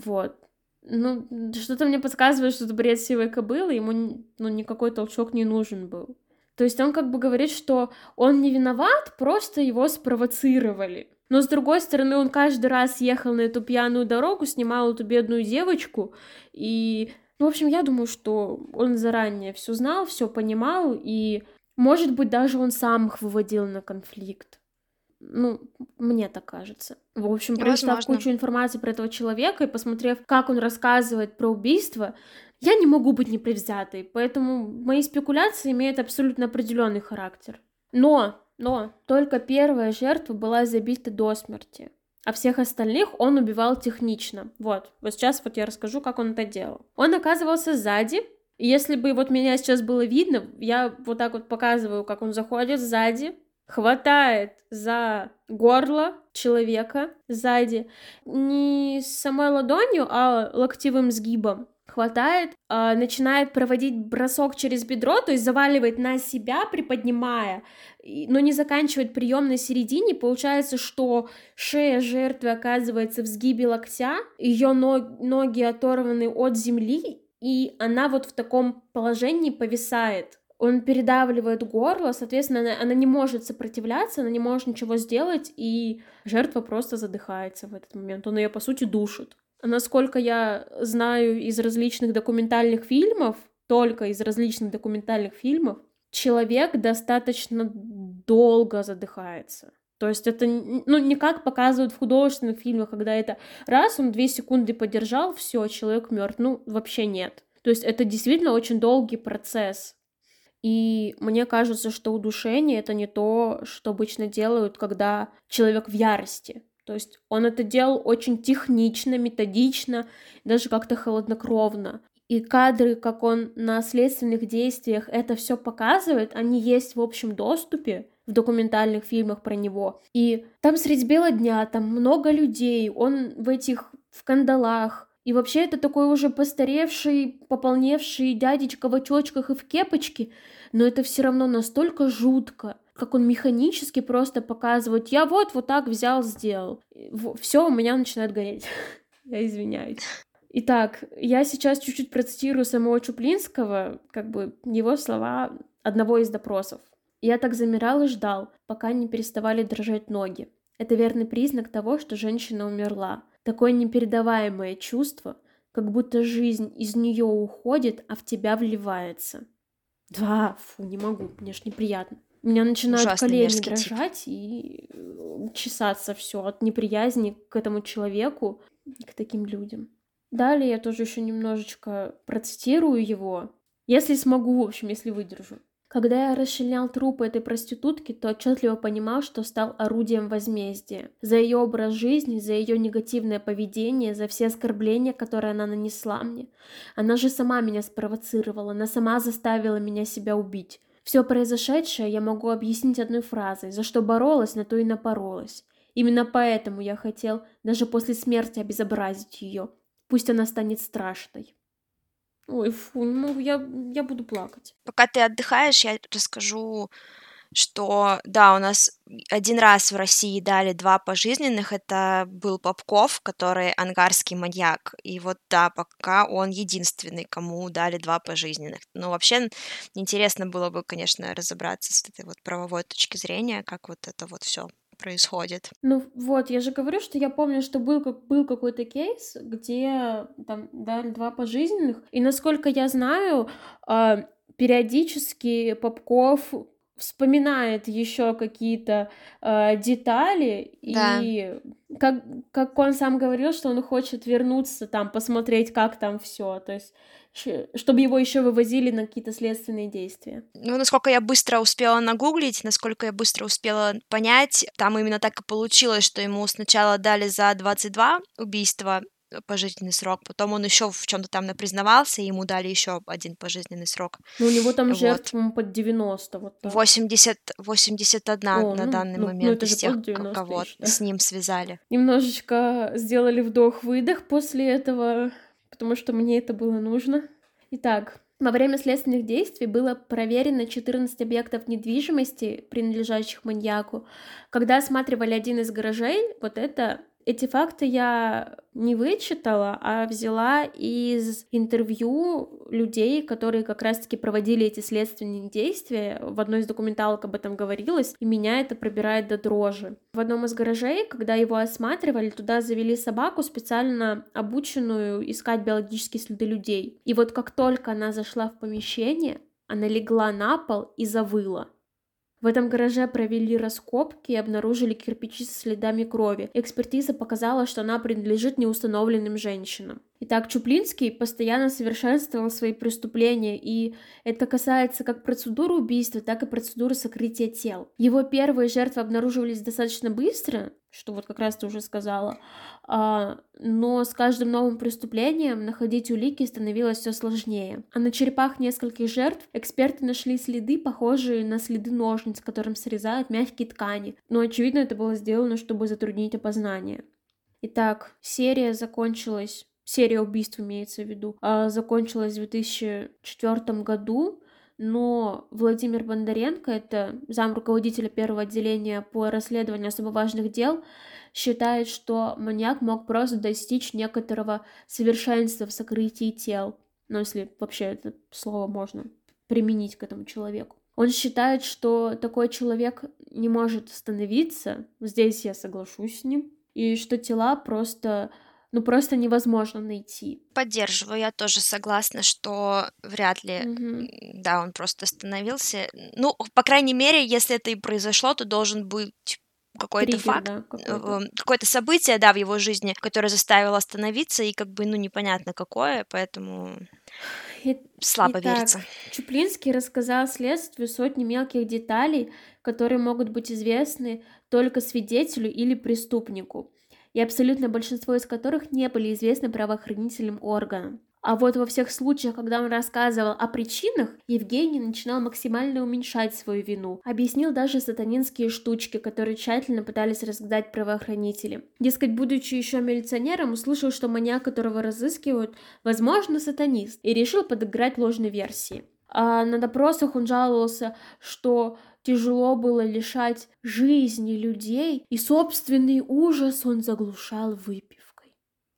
Что-то мне подсказывает, что это бред сивой кобылы, ему никакой толчок не нужен был. То есть он говорит, что он не виноват, просто его спровоцировали. Но, с другой стороны, он каждый раз ехал на эту пьяную дорогу, снимал эту бедную девочку, и... в общем, я думаю, что он заранее все знал, все понимал, и, может быть, даже он сам их выводил на конфликт. Ну, мне так кажется. В общем, прочитав кучу информации про этого человека и посмотрев, как он рассказывает про убийство, я не могу быть непредвзятой, поэтому мои спекуляции имеют абсолютно определенный характер. Но только первая жертва была забита до смерти, а всех остальных он убивал технично. Вот сейчас я расскажу, как он это делал. Он оказывался сзади, и если бы меня сейчас было видно, я вот так вот показываю, как он заходит сзади, хватает за горло человека сзади, не самой ладонью, а локтевым сгибом. Хватает, начинает проводить бросок через бедро, то есть заваливает на себя, приподнимая, но не заканчивает прием на середине. Получается, что шея жертвы оказывается в сгибе локтя, ее ноги оторваны от земли, и она вот в таком положении повисает. Он передавливает горло, соответственно, она не может сопротивляться, она не может ничего сделать, и жертва просто задыхается в этот момент. Он ее, по сути, душит. А насколько я знаю из различных документальных фильмов, только из различных документальных фильмов, человек достаточно долго задыхается. То есть это, не как показывают в художественных фильмах, когда это раз, он 2 секунды подержал, все, человек мертв. Вообще нет. То есть это действительно очень долгий процесс. И мне кажется, что удушение — это не то, что обычно делают, когда человек в ярости. То есть он это делал очень технично, методично, даже как-то холоднокровно. И кадры, как он на следственных действиях это все показывает, они есть в общем доступе в документальных фильмах про него. И там средь бела дня, там много людей, он в кандалах. И вообще это такой уже постаревший, пополневший дядечка в очочках и в кепочке, но это все равно настолько жутко, как он механически просто показывает: я вот так взял, сделал. Все, у меня начинает гореть. Я извиняюсь. Итак, я сейчас чуть-чуть процитирую самого Чуплинского, его слова одного из допросов. «Я так замирал и ждал, пока не переставали дрожать ноги. Это верный признак того, что женщина умерла. Такое непередаваемое чувство, как будто жизнь из нее уходит, а в тебя вливается». Да, не могу, мне ж неприятно. У меня начинают ужасный, колени дрожать и чесаться все от неприязни к этому человеку и к таким людям. Далее я тоже еще немножечко процитирую его, если смогу, в общем, если выдержу. «Когда я расчленял трупы этой проститутки, то отчетливо понимал, что стал орудием возмездия. За ее образ жизни, за ее негативное поведение, за все оскорбления, которые она нанесла мне. Она же сама меня спровоцировала, она сама заставила меня себя убить. Все произошедшее я могу объяснить одной фразой: за что боролась, на то и напоролась. Именно поэтому я хотел даже после смерти обезобразить ее. Пусть она станет страшной». Ой, не могу, я буду плакать. Пока ты отдыхаешь, я расскажу, что, да, у нас один раз в России дали 2 пожизненных, это был Попков, который ангарский маньяк, и вот, да, пока он единственный, кому дали 2 пожизненных. Вообще, интересно было бы, конечно, разобраться с этой правовой точки зрения, как вот это вот все происходит. Я же говорю, что я помню, что был какой-то кейс, где там дали 2 пожизненных, и насколько я знаю, периодически Попков вспоминает еще какие-то детали, да. И как он сам говорил, что он хочет вернуться там, посмотреть, как там все, то есть чтобы его еще вывозили на какие-то следственные действия. Насколько я быстро успела нагуглить, насколько я быстро успела понять, там именно так и получилось, что ему сначала дали за 22 убийства пожизненный срок, потом он еще в чем-то там напризнавался, и ему дали еще 1 пожизненный срок. У него там жертв под 90. Вот так. 81 на данный момент из тех, кого с ним связали. Немножечко сделали вдох-выдох после этого, потому что мне это было нужно. Итак, во время следственных действий было проверено 14 объектов недвижимости, принадлежащих маньяку. Когда осматривали один из гаражей, эти факты я не вычитала, а взяла из интервью людей, которые как раз-таки проводили эти следственные действия. В одной из документалок об этом говорилось, и меня это пробирает до дрожи. В одном из гаражей, когда его осматривали, туда завели собаку, специально обученную искать биологические следы людей. И вот как только она зашла в помещение, она легла на пол и завыла. В этом гараже провели раскопки и обнаружили кирпичи со следами крови. Экспертиза показала, что она принадлежит неустановленным женщинам. Итак, Чуплинский постоянно совершенствовал свои преступления, и это касается как процедуры убийства, так и процедуры сокрытия тел. Его первые жертвы обнаруживались достаточно быстро, что вот как раз ты уже сказала, но с каждым новым преступлением находить улики становилось все сложнее. А на черепах нескольких жертв эксперты нашли следы, похожие на следы ножниц, которым срезают мягкие ткани, но очевидно это было сделано, чтобы затруднить опознание. Итак, серия убийств имеется в виду, закончилась в 2004 году, но Владимир Бондаренко, это замруководителя первого отделения по расследованию особо важных дел, считает, что маньяк мог просто достичь некоторого совершенства в сокрытии тел, ну, если вообще это слово можно применить к этому человеку. Он считает, что такой человек не может остановиться, здесь я соглашусь с ним, и что тела просто невозможно найти. Поддерживаю, я тоже согласна, что вряд ли, да, он просто остановился. Ну, по крайней мере, если это и произошло, то должен быть какой-то Триггер, факт, да, какое-то событие, да, в его жизни, которое заставило остановиться, и как бы, непонятно какое, поэтому слабо верится. Чуплинский рассказал следствию сотни мелких деталей, которые могут быть известны только свидетелю или преступнику, и абсолютно большинство из которых не были известны правоохранительным органам. А вот во всех случаях, когда он рассказывал о причинах, Евгений начинал максимально уменьшать свою вину. Объяснил даже сатанинские штучки, которые тщательно пытались разгадать правоохранители. Дескать, будучи еще милиционером, услышал, что маньяк, которого разыскивают, возможно, сатанист, и решил подыграть ложной версии. А на допросах он жаловался, что тяжело было лишать жизни людей, и собственный ужас он заглушал выпивкой.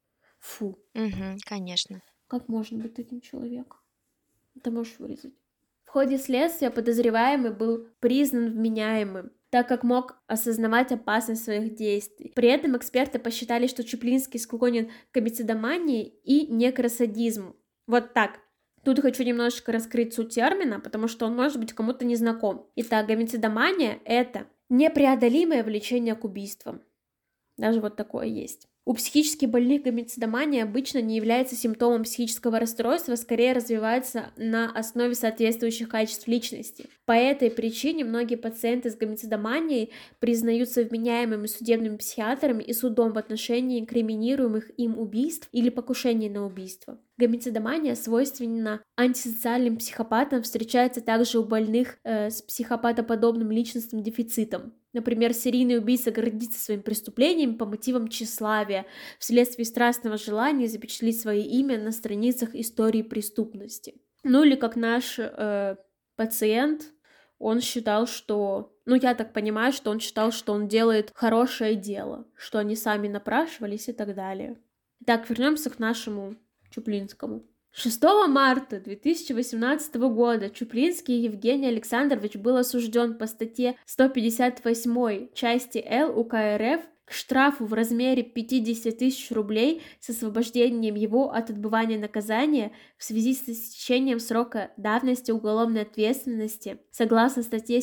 Фу. Конечно. Как можно быть таким человеком? Это можешь вырезать. В ходе следствия подозреваемый был признан вменяемым, так как мог осознавать опасность своих действий. При этом эксперты посчитали, что Чуплинский склонен к гомицидомании и некросадизму. Вот так. Тут хочу немножечко раскрыть суть термина, потому что он может быть кому-то незнаком. Итак, гомицидомания — это непреодолимое влечение к убийствам. Даже вот такое есть. У психически больных гомицидомания обычно не является симптомом психического расстройства, скорее развивается на основе соответствующих качеств личности. По этой причине многие пациенты с гомицидоманией признаются вменяемыми судебными психиатрами и судом в отношении инкриминируемых им убийств или покушений на убийство. Гомицидомания свойственна антисоциальным психопатам, встречается также у больных с психопатоподобным личностным дефицитом. Например, серийный убийца гордится своим преступлением по мотивам тщеславия, вследствие страстного желания запечатлеть свое имя на страницах истории преступности. Ну или как наш пациент, он считал, что... я так понимаю, что он считал, что он делает хорошее дело, что они сами напрашивались и так далее. Итак, вернемся к нашему Чуплинскому. 6 марта 2018 года Чуплинский Евгений Александрович был осужден по статье 158 части Л УК РФ к штрафу в размере 50 тысяч рублей с освобождением его от отбывания наказания в связи с истечением срока давности уголовной ответственности согласно статье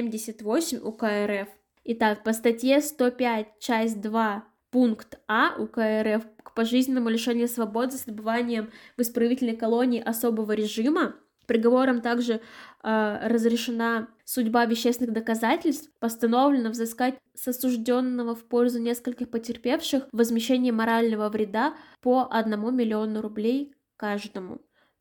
78 УК РФ. Итак, по статье 105 часть 2 пункт А УК РФ к пожизненному лишению свободы с отбыванием в исправительной колонии особого режима. Приговором также разрешена судьба вещественных доказательств, постановлено взыскать с осужденного в пользу нескольких потерпевших возмещение морального вреда по 1 миллиону рублей каждому.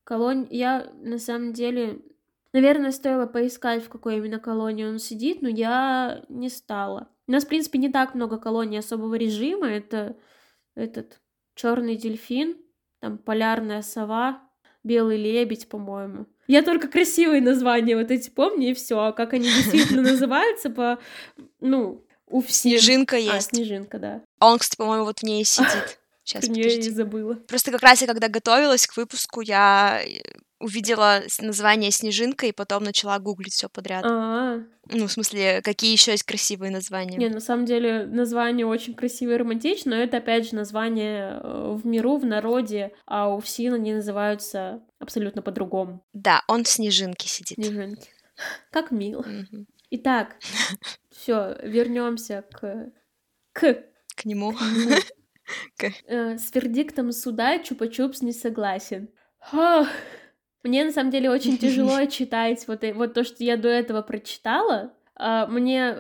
Я на самом деле... Наверное, стоило поискать, в какой именно колонии он сидит, но я не стала. У нас, в принципе, не так много колоний особого режима. Это этот черный дельфин, там полярная сова, белый лебедь, по-моему. Я только красивые названия вот эти помню, и все. А как они действительно называются, у всех. Снежинка есть. Снежинка, да. А он, кстати, по-моему, вот в ней сидит. Сейчас, подожди. Я и забыла. Просто как раз я, когда готовилась к выпуску, я увидела название Снежинка и потом начала гуглить все подряд. В смысле, какие еще есть красивые названия? Не, на самом деле название очень красивое и романтичное, но это опять же название в миру, в народе, а у ФСИН они называются абсолютно по-другому. Да, он в Снежинке сидит. Снежинки. Как мило. Итак, все, вернемся к нему. С вердиктом суда Чупа-Чупс не согласен. Мне на самом деле очень тяжело читать вот то, что я до этого прочитала. Мне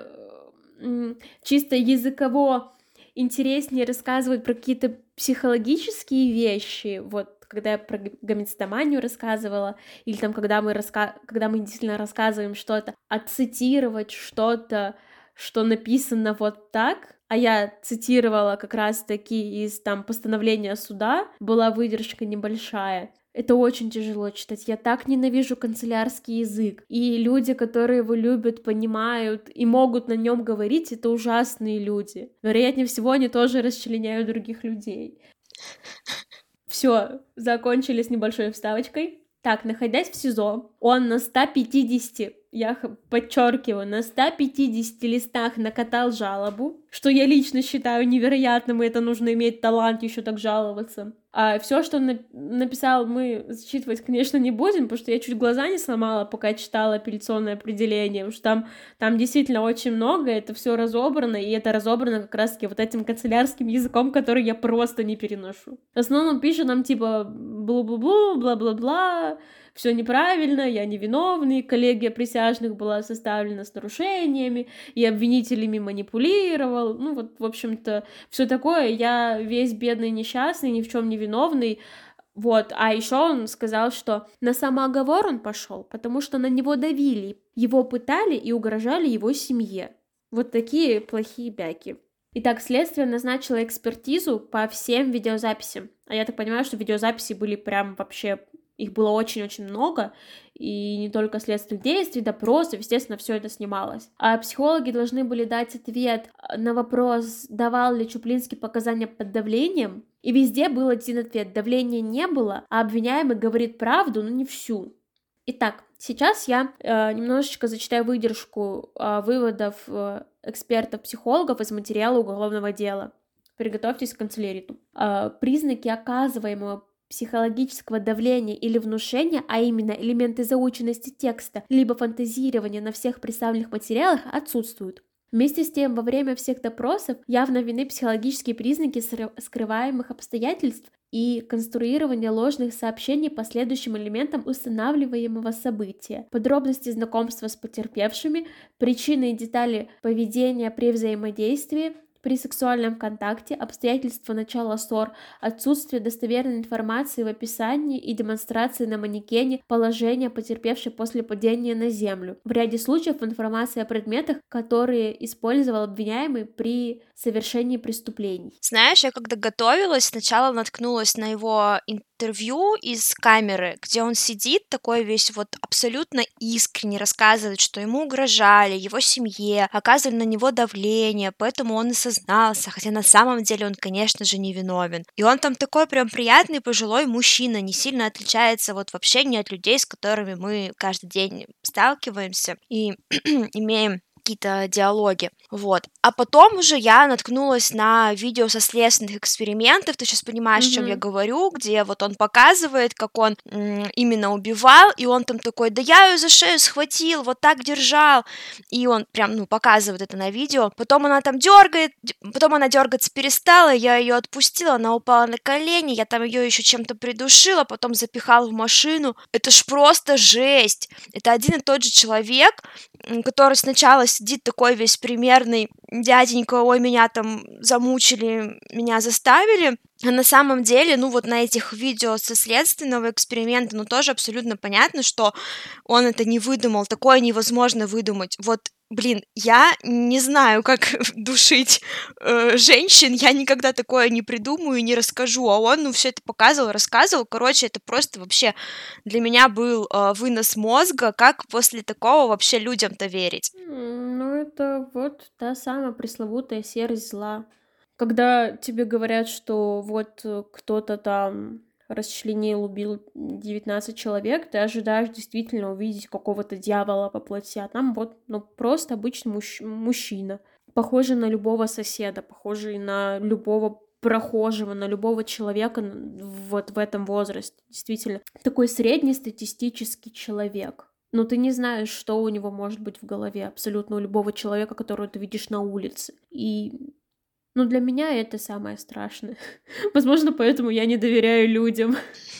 чисто языково интереснее рассказывать про какие-то психологические вещи, вот когда я про гомецитоманию рассказывала, или там когда мы действительно рассказываем что-то, а цитировать что-то, что написано вот так, а я цитировала как раз-таки из там постановления суда, была выдержка небольшая. Это очень тяжело читать. Я так ненавижу канцелярский язык. И люди, которые его любят, понимают и могут на нем говорить, это ужасные люди. Вероятнее всего, они тоже расчленяют других людей. Все, закончили с небольшой вставочкой. Так, находясь в СИЗО, он на 150, я подчеркиваю, на 150 листах накатал жалобу, что я лично считаю невероятным, и это нужно иметь талант еще так жаловаться. А все, что он написал, мы зачитывать, конечно, не будем, потому что я чуть глаза не сломала, пока читала апелляционное определение, потому что там действительно очень много, это все разобрано, и это разобрано как раз-таки вот этим канцелярским языком, который я просто не переношу. В основном пишет нам типа бла-бла-бла, бла-бла-бла, все неправильно, я невиновный, коллегия присяжных была составлена с нарушениями, и обвинителями манипулировал, ну вот, в общем-то, все такое, я весь бедный несчастный, ни в чем не виновный, вот, а еще он сказал, что на самооговор он пошел, потому что на него давили, его пытали и угрожали его семье. Вот такие плохие бяки. Итак, следствие назначило экспертизу по всем видеозаписям, а я так понимаю, что видеозаписи были прям вообще... Их было очень-очень много, и не только следственных действий, допросов, естественно, все это снималось. А психологи должны были дать ответ на вопрос, давал ли Чуплинский показания под давлением, и везде был один ответ: давления не было, а обвиняемый говорит правду, но не всю. Итак, сейчас я немножечко зачитаю выдержку выводов экспертов-психологов из материала уголовного дела. Приготовьтесь к канцеляриту. Признаки оказываемого психологического давления или внушения, а именно элементы заученности текста, либо фантазирования на всех представленных материалах отсутствуют. Вместе с тем, во время всех допросов явно видны психологические признаки скрываемых обстоятельств и конструирование ложных сообщений по следующим элементам устанавливаемого события: подробности знакомства с потерпевшими, причины и детали поведения при взаимодействии, при сексуальном контакте, обстоятельства начала ссор, отсутствие достоверной информации в описании и демонстрации на манекене положения потерпевшей после падения на землю. В ряде случаев информация о предметах, которые использовал обвиняемый при совершении преступлений. Знаешь, я когда готовилась, сначала наткнулась на его интервью из камеры, где он сидит такой весь вот абсолютно искренне, рассказывает, что ему угрожали, его семье, оказывали на него давление, поэтому он и сознался, хотя на самом деле он, конечно же, невиновен. И он там такой прям приятный пожилой мужчина, не сильно отличается вот вообще ни от людей, с которыми мы каждый день сталкиваемся и имеем какие-то диалоги, вот. А потом уже я наткнулась на видео со следственных экспериментов, ты сейчас понимаешь, о чем я говорю, где вот он показывает, как он именно убивал, и он там такой: да я ее за шею схватил, вот так держал, и он прям, показывает это на видео, потом она там дергает, потом она дергаться перестала, я ее отпустила, она упала на колени, я там ее еще чем-то придушила, потом запихал в машину, это ж просто жесть, это один и тот же человек, который сначала сидит такой весь примерный дяденька: ой, меня там замучили, меня заставили, а на самом деле, вот на этих видео со следственного эксперимента, тоже абсолютно понятно, что он это не выдумал, такое невозможно выдумать. Вот, блин, я не знаю, как душить женщин, я никогда такое не придумаю и не расскажу, а он, все это показывал, рассказывал, короче, это просто вообще для меня был вынос мозга, как после такого вообще людям-то верить. Это вот та самая пресловутая серость зла. Когда тебе говорят, что вот кто-то там расчленил, убил 19 человек, ты ожидаешь действительно увидеть какого-то дьявола во плоти, а там вот, просто обычный мужчина, похожий на любого соседа, похожий на любого прохожего, на любого человека вот в этом возрасте. Действительно, такой среднестатистический человек. но ты не знаешь, что у него может быть в голове абсолютно у любого человека, которого ты видишь на улице. И, ну, для меня это самое страшное. Возможно, поэтому я не доверяю людям.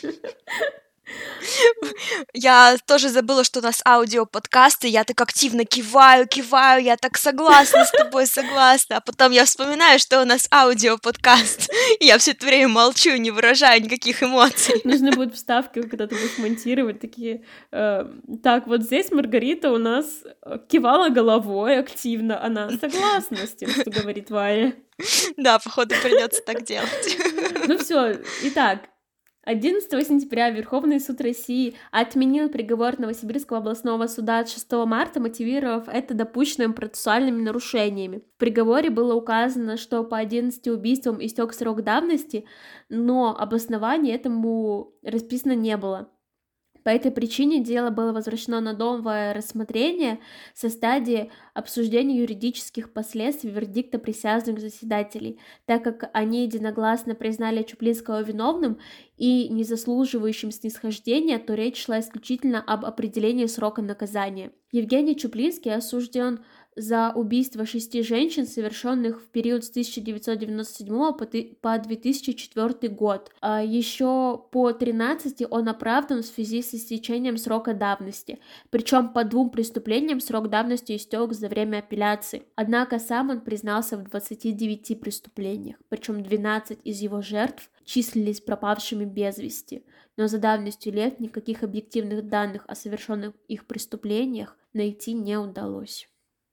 Я тоже забыла, что у нас аудиоподкасты, я так активно киваю, я так согласна с тобой, согласна, а потом я вспоминаю, что у нас аудиоподкаст, и я все это время молчу, не выражаю никаких эмоций. Нужно будет вставки, когда ты будешь монтировать, такие, так, вот здесь Маргарита у нас кивала головой активно, она согласна с тем, что говорит Варя. Да, походу придется так делать. Ну все, итак, 11 сентября Верховный суд России отменил приговор Новосибирского областного суда от 6 марта, мотивировав это допущенными процессуальными нарушениями. В приговоре было указано, что по 11 убийствам истек срок давности, но обоснования этому расписано не было. По этой причине дело было возвращено на новое рассмотрение со стадии обсуждения юридических последствий вердикта присяжных заседателей, так как они единогласно признали Чуплинского виновным и не заслуживающим снисхождения, то речь шла исключительно об определении срока наказания. Евгений Чуплинский осужден за убийство 6 женщин, совершенных в период с 1997 по 2004 год. Еще по 13 он оправдан в связи с истечением срока давности. Причем по 2 преступлениям срок давности истек за время апелляции. Однако сам он признался в 29 преступлениях, причем 12 из его жертв числились пропавшими без вести. Но за давностью лет никаких объективных данных о совершенных их преступлениях найти не удалось.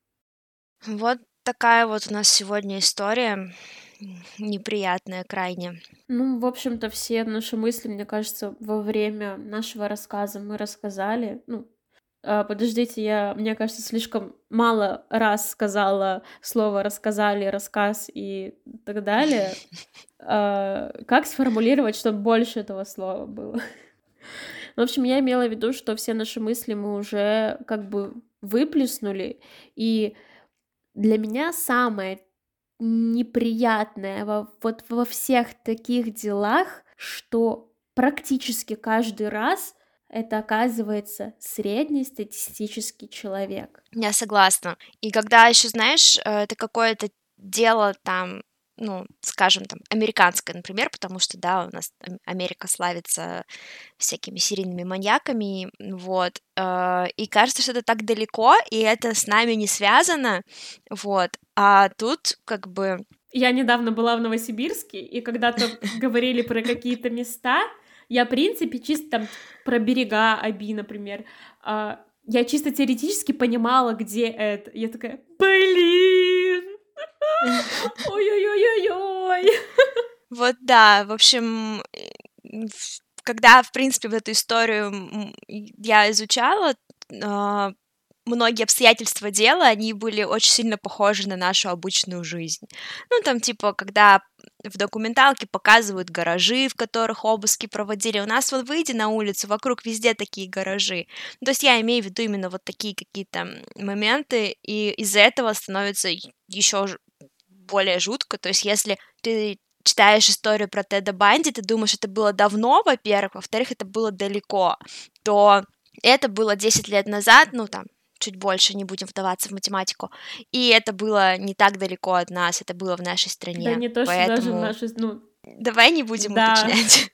Вот такая вот у нас сегодня история, неприятная крайне. Ну, в общем-то, все наши мысли, мне кажется, во время нашего рассказа мы рассказали. Подождите, мне кажется, слишком мало раз сказала слово «рассказали», «рассказ» и так далее. Как сформулировать, чтобы больше этого слова было? В общем, я имела в виду, что все наши мысли мы уже как бы выплеснули, и для меня самое неприятное вот во всех таких делах, что практически каждый раз это оказывается среднестатистический человек. Я согласна. И когда еще, знаешь, это какое-то дело там, ну, скажем, там, американское, например, потому что, да, у нас Америка славится всякими серийными маньяками, вот, и кажется, что это так далеко, и это с нами не связано, вот, а тут как бы... Я недавно была в Новосибирске, и когда-то говорили про какие-то места, я, в принципе, чисто там про берега Оби, например, я чисто теоретически понимала, где это. Я такая, блин! Ой-ой-ой-ой-ой! Вот да, в общем, когда, в принципе, вот эту историю я изучала, многие обстоятельства дела, они были очень сильно похожи на нашу обычную жизнь. Ну, там, типа, когда в документалке показывают гаражи, в которых обыски проводили. У нас вот выйди на улицу, вокруг везде такие гаражи. Ну, то есть я имею в виду именно вот такие какие-то моменты, и из-за этого становится еще более жутко. То есть если ты читаешь историю про Теда Банди, ты думаешь, это было давно, во-первых, во-вторых, это было далеко, то это было 10 лет назад, ну, там, чуть больше, не будем вдаваться в математику, и это было не так далеко от нас, это было в нашей стране. Да не то, поэтому... что даже в нашей... Давай не будем уточнять.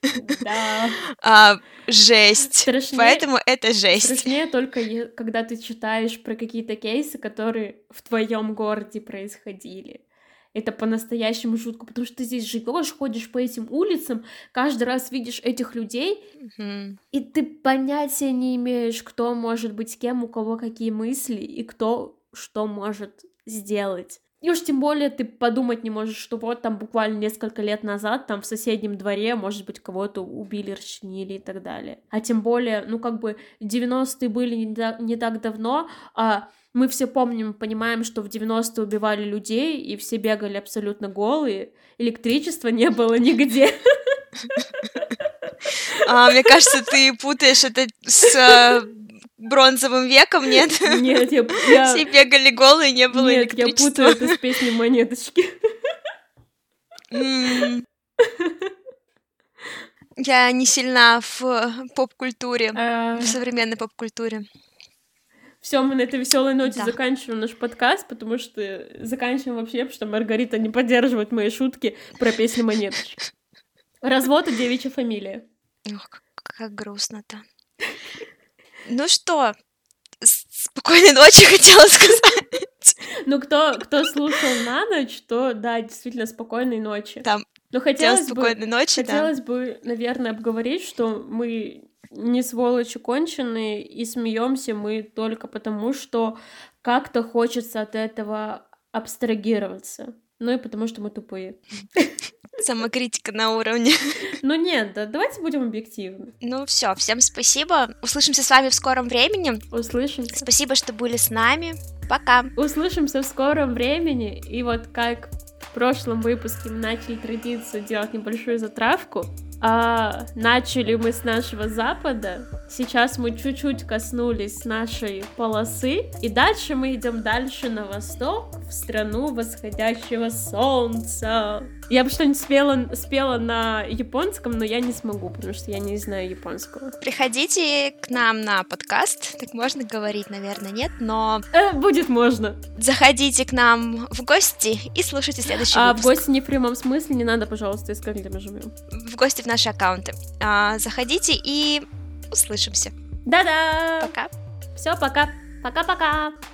Да. Жесть. Страшнее, поэтому это жесть. Страшнее только, когда ты читаешь про какие-то кейсы, которые в твоем городе происходили. Это по-настоящему жутко, потому что ты здесь живешь, ходишь по этим улицам, каждый раз видишь этих людей, и ты понятия не имеешь, кто может быть с кем, у кого какие мысли, и кто что может сделать. И уж тем более ты подумать не можешь, что вот там буквально несколько лет назад там в соседнем дворе, может быть, кого-то убили, расчленили и так далее. А тем более, 90-е были не так давно, а мы все помним, понимаем, что в 90-е убивали людей, и все бегали абсолютно голые, электричества не было нигде. Мне кажется, ты путаешь это с бронзовым веком, нет? Нет, Все бегали голые, не было электричества. Нет, я путаю это с песней «Монеточки». Я не сильна в поп-культуре, в современной поп-культуре. Все, мы на этой веселой ноте Да. заканчиваем наш подкаст, потому что заканчиваем вообще, потому что Маргарита не поддерживает мои шутки про песню «Монеточка». Развод и девичья фамилия. Ох, как грустно-то. Ну что, спокойной ночи хотела сказать. Ну, кто слушал на ночь, то, да, действительно, спокойной ночи. Там, Но хотела спокойной ночи, да. хотелось бы, наверное, обговорить, что мы не сволочи конченые, и смеемся мы только потому, что как-то хочется от этого абстрагироваться. Ну и потому, что мы тупые. Самокритика на уровне. Ну нет, да, давайте будем объективны. Ну все, всем спасибо. Услышимся с вами в скором времени. Услышимся. Спасибо, что были с нами. Пока. Услышимся в скором времени. И вот как в прошлом выпуске мы начали традицию делать небольшую затравку, начали мы с нашего запада, сейчас мы чуть-чуть коснулись нашей полосы, и дальше мы идем дальше на восток, в страну восходящего солнца. Я бы что-нибудь спела на японском, но я не смогу, потому что я не знаю японского. Приходите к нам на подкаст, так можно говорить, наверное, нет, но... Будет можно. Заходите к нам в гости и слушайте следующий В выпуск. гости не в прямом смысле, не надо, пожалуйста, искать, где мы живем. В гости в наши аккаунты. Заходите и услышимся. Да-да! Пока. Все, пока. Пока-пока.